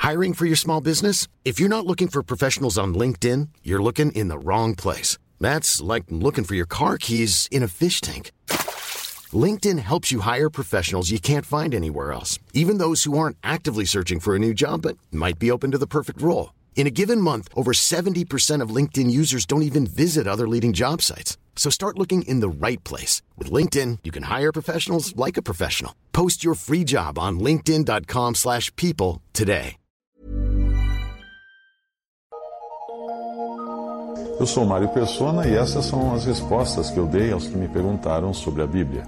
Hiring for your small business? If you're not looking for professionals on LinkedIn, you're looking in the wrong place. That's like looking for your car keys in a fish tank. LinkedIn helps you hire professionals you can't find anywhere else, even those who aren't actively searching for a new job but might be open to the perfect role. In a given month, over 70% of LinkedIn users don't even visit other leading job sites. So start looking in the right place. With LinkedIn, you can hire professionals like a professional. Post your free job on linkedin.com/people today. Eu sou Mário Persona e essas são as respostas que eu dei aos que me perguntaram sobre a Bíblia.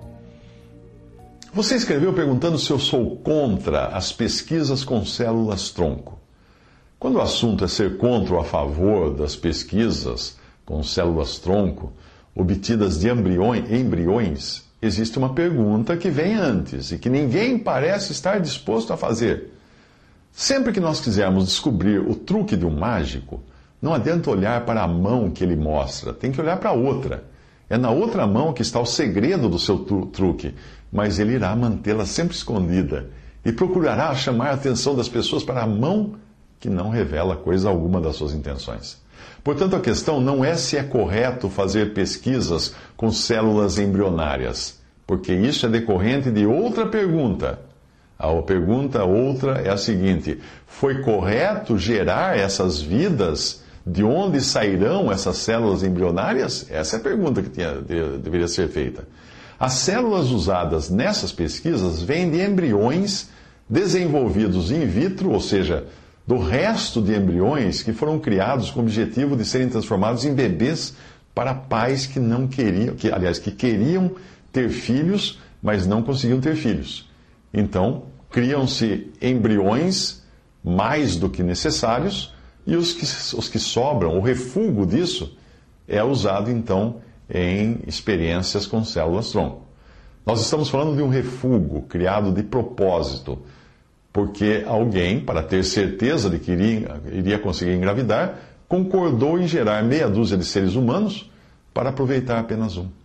Você escreveu perguntando se eu sou contra as pesquisas com células-tronco. Quando o assunto é ser contra ou a favor das pesquisas com células-tronco obtidas de embriões, existe uma pergunta que vem antes e que ninguém parece estar disposto a fazer. Sempre que nós quisermos descobrir o truque de um mágico, não adianta olhar para a mão que ele mostra, tem que olhar para a outra. É na outra mão que está o segredo do seu truque, mas ele irá mantê-la sempre escondida e procurará chamar a atenção das pessoas para a mão que não revela coisa alguma das suas intenções. Portanto, a questão não é se é correto fazer pesquisas com células embrionárias, porque isso é decorrente de outra pergunta. A pergunta outra é a seguinte: foi correto gerar essas vidas? De onde sairão essas células embrionárias? Essa é a pergunta que deveria ser feita. As células usadas nessas pesquisas vêm de embriões desenvolvidos in vitro, ou seja, do resto de embriões que foram criados com o objetivo de serem transformados em bebês para pais que não queriam, que queriam ter filhos, mas não conseguiam ter filhos. Então, criam-se embriões mais do que necessários, e os que sobram, o refúgio disso, é usado então em experiências com células-tronco. Nós estamos falando de um refúgio criado de propósito, porque alguém, para ter certeza de que iria conseguir engravidar, concordou em gerar meia dúzia de seres humanos para aproveitar apenas um.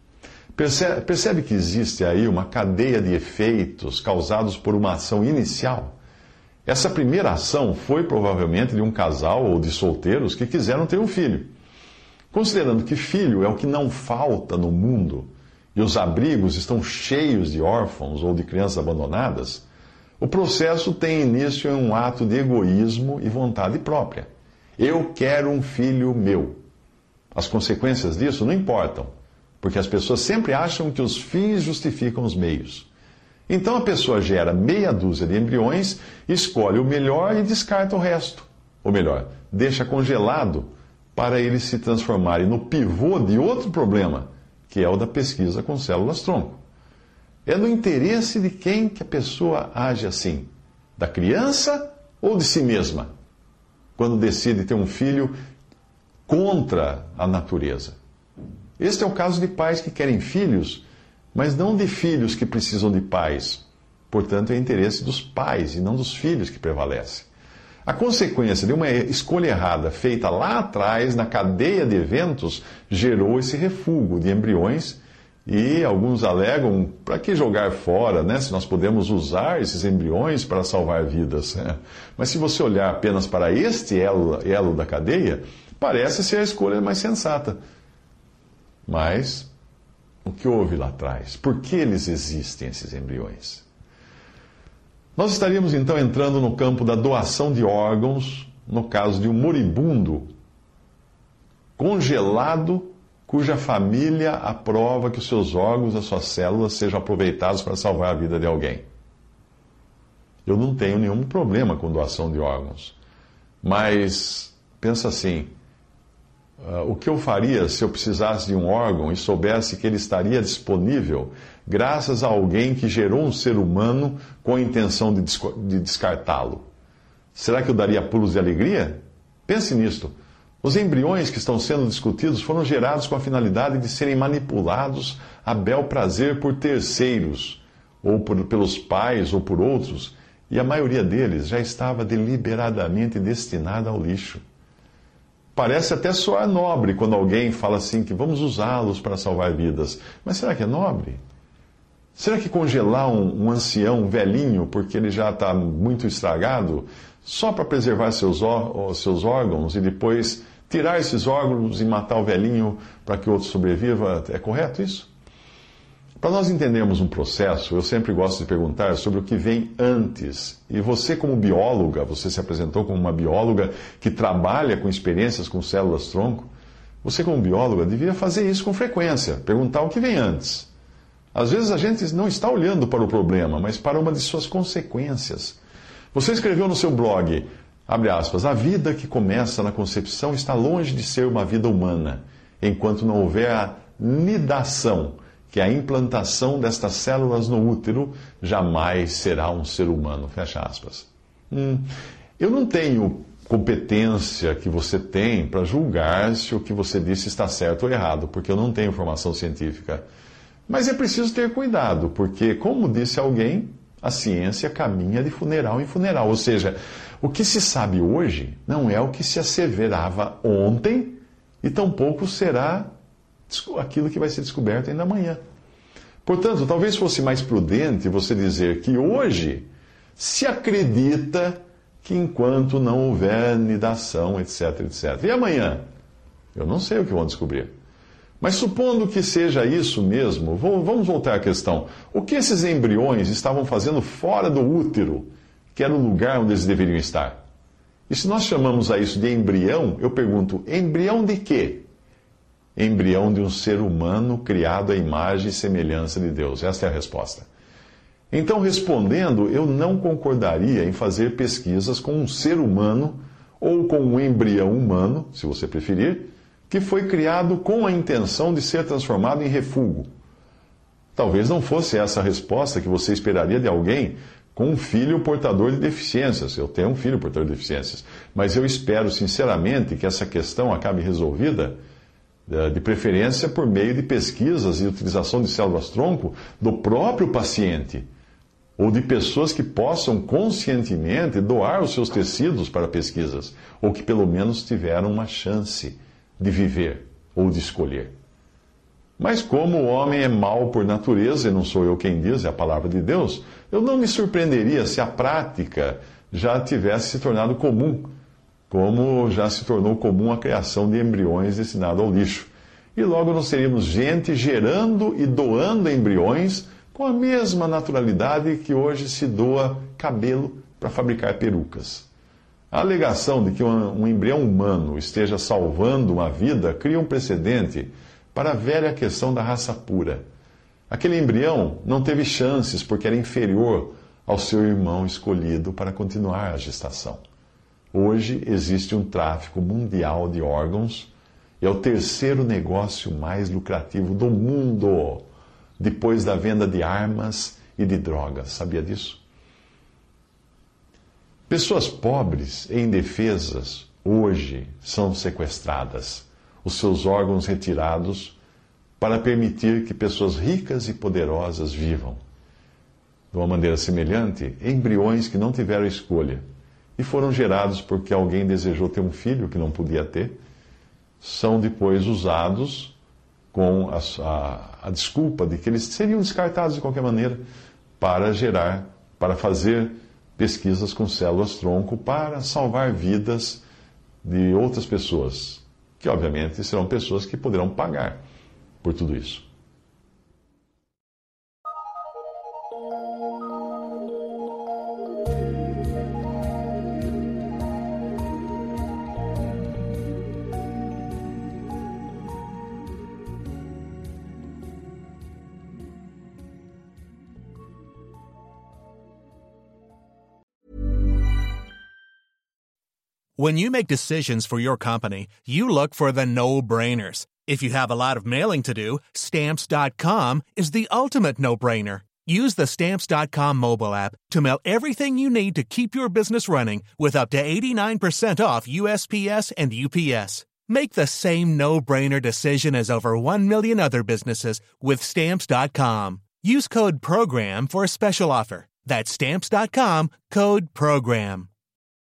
Percebe que existe aí uma cadeia de efeitos causados por uma ação inicial? Essa primeira ação foi provavelmente de um casal ou de solteiros que quiseram ter um filho. Considerando que filho é o que não falta no mundo e os abrigos estão cheios de órfãos ou de crianças abandonadas, o processo tem início em um ato de egoísmo e vontade própria. Eu quero um filho meu. As consequências disso não importam, porque as pessoas sempre acham que os fins justificam os meios. Então a pessoa gera meia dúzia de embriões, escolhe o melhor e descarta o resto. Ou melhor, deixa congelado para eles se transformarem no pivô de outro problema, que é o da pesquisa com células-tronco. É no interesse de quem que a pessoa age assim? Da criança ou de si mesma? Quando decide ter um filho contra a natureza. Este é o caso de pais que querem filhos, mas não de filhos que precisam de pais. Portanto, é interesse dos pais e não dos filhos que prevalece. A consequência de uma escolha errada feita lá atrás, na cadeia de eventos, gerou esse refúgio de embriões e alguns alegam, para que jogar fora, né, se nós podemos usar esses embriões para salvar vidas? Mas se você olhar apenas para este elo da cadeia, parece ser a escolha mais sensata. Mas o que houve lá atrás? Por que eles existem, esses embriões? Nós estaríamos então entrando no campo da doação de órgãos, no caso de um moribundo congelado, cuja família aprova que os seus órgãos, as suas células, sejam aproveitados para salvar a vida de alguém. Eu não tenho nenhum problema com doação de órgãos, mas pensa assim: o que eu faria se eu precisasse de um órgão e soubesse que ele estaria disponível graças a alguém que gerou um ser humano com a intenção de descartá-lo? Será que eu daria pulos de alegria? Pense nisto. Os embriões que estão sendo discutidos foram gerados com a finalidade de serem manipulados a bel prazer por terceiros, ou pelos pais ou por outros, e a maioria deles já estava deliberadamente destinada ao lixo. Parece até soar nobre quando alguém fala assim que vamos usá-los para salvar vidas. Mas será que é nobre? Será que congelar um ancião velhinho, porque ele já está muito estragado, só para preservar seus órgãos e depois tirar esses órgãos e matar o velhinho para que o outro sobreviva, é correto isso? Para nós entendermos um processo, eu sempre gosto de perguntar sobre o que vem antes. E você, como bióloga, você se apresentou como uma bióloga que trabalha com experiências com células-tronco, você, como bióloga, devia fazer isso com frequência, perguntar o que vem antes. Às vezes a gente não está olhando para o problema, mas para uma de suas consequências. Você escreveu no seu blog, abre aspas, a vida que começa na concepção está longe de ser uma vida humana, enquanto não houver a nidação, que é a implantação destas células no útero, jamais será um ser humano, fecha aspas. Eu não tenho competência que você tem para julgar se o que você disse está certo ou errado, porque eu não tenho formação científica. Mas é preciso ter cuidado, porque, como disse alguém, a ciência caminha de funeral em funeral. Ou seja, o que se sabe hoje não é o que se asseverava ontem e tampouco será aquilo que vai ser descoberto ainda amanhã. Portanto, talvez fosse mais prudente você dizer que hoje se acredita que enquanto não houver nidação, etc, etc. E amanhã? Eu não sei o que vão descobrir. Mas supondo que seja isso mesmo, vamos voltar à questão. O que esses embriões estavam fazendo fora do útero, que era o lugar onde eles deveriam estar? E se nós chamamos a isso de embrião, eu pergunto, embrião de quê? Embrião de um ser humano criado à imagem e semelhança de Deus. Esta é a resposta. Então, respondendo, eu não concordaria em fazer pesquisas com um ser humano ou com um embrião humano, se você preferir, que foi criado com a intenção de ser transformado em refúgio. Talvez não fosse essa a resposta que você esperaria de alguém com um filho portador de deficiências. Eu tenho um filho portador de deficiências. Mas eu espero, sinceramente, que essa questão acabe resolvida, de preferência por meio de pesquisas e utilização de células-tronco do próprio paciente, ou de pessoas que possam conscientemente doar os seus tecidos para pesquisas, ou que pelo menos tiveram uma chance de viver ou de escolher. Mas como o homem é mau por natureza, e não sou eu quem diz, é a palavra de Deus, eu não me surpreenderia se a prática já tivesse se tornado comum, como já se tornou comum a criação de embriões destinados ao lixo. E logo nós teríamos gente gerando e doando embriões com a mesma naturalidade que hoje se doa cabelo para fabricar perucas. A alegação de que um embrião humano esteja salvando uma vida cria um precedente para a velha questão da raça pura. Aquele embrião não teve chances porque era inferior ao seu irmão escolhido para continuar a gestação. Hoje existe um tráfico mundial de órgãos e é o terceiro negócio mais lucrativo do mundo, depois da venda de armas e de drogas. Sabia disso? Pessoas pobres e indefesas hoje são sequestradas, os seus órgãos retirados para permitir que pessoas ricas e poderosas vivam. De uma maneira semelhante, embriões que não tiveram escolha e foram gerados porque alguém desejou ter um filho que não podia ter, são depois usados com a desculpa de que eles seriam descartados de qualquer maneira para fazer pesquisas com células-tronco para salvar vidas de outras pessoas, que obviamente serão pessoas que poderão pagar por tudo isso. When you make decisions for your company, you look for the no-brainers. If you have a lot of mailing to do, Stamps.com is the ultimate no-brainer. Use the Stamps.com mobile app to mail everything you need to keep your business running with up to 89% off USPS and UPS. Make the same no-brainer decision as over 1 million other businesses with Stamps.com. Use code PROGRAM for a special offer. That's Stamps.com, code PROGRAM.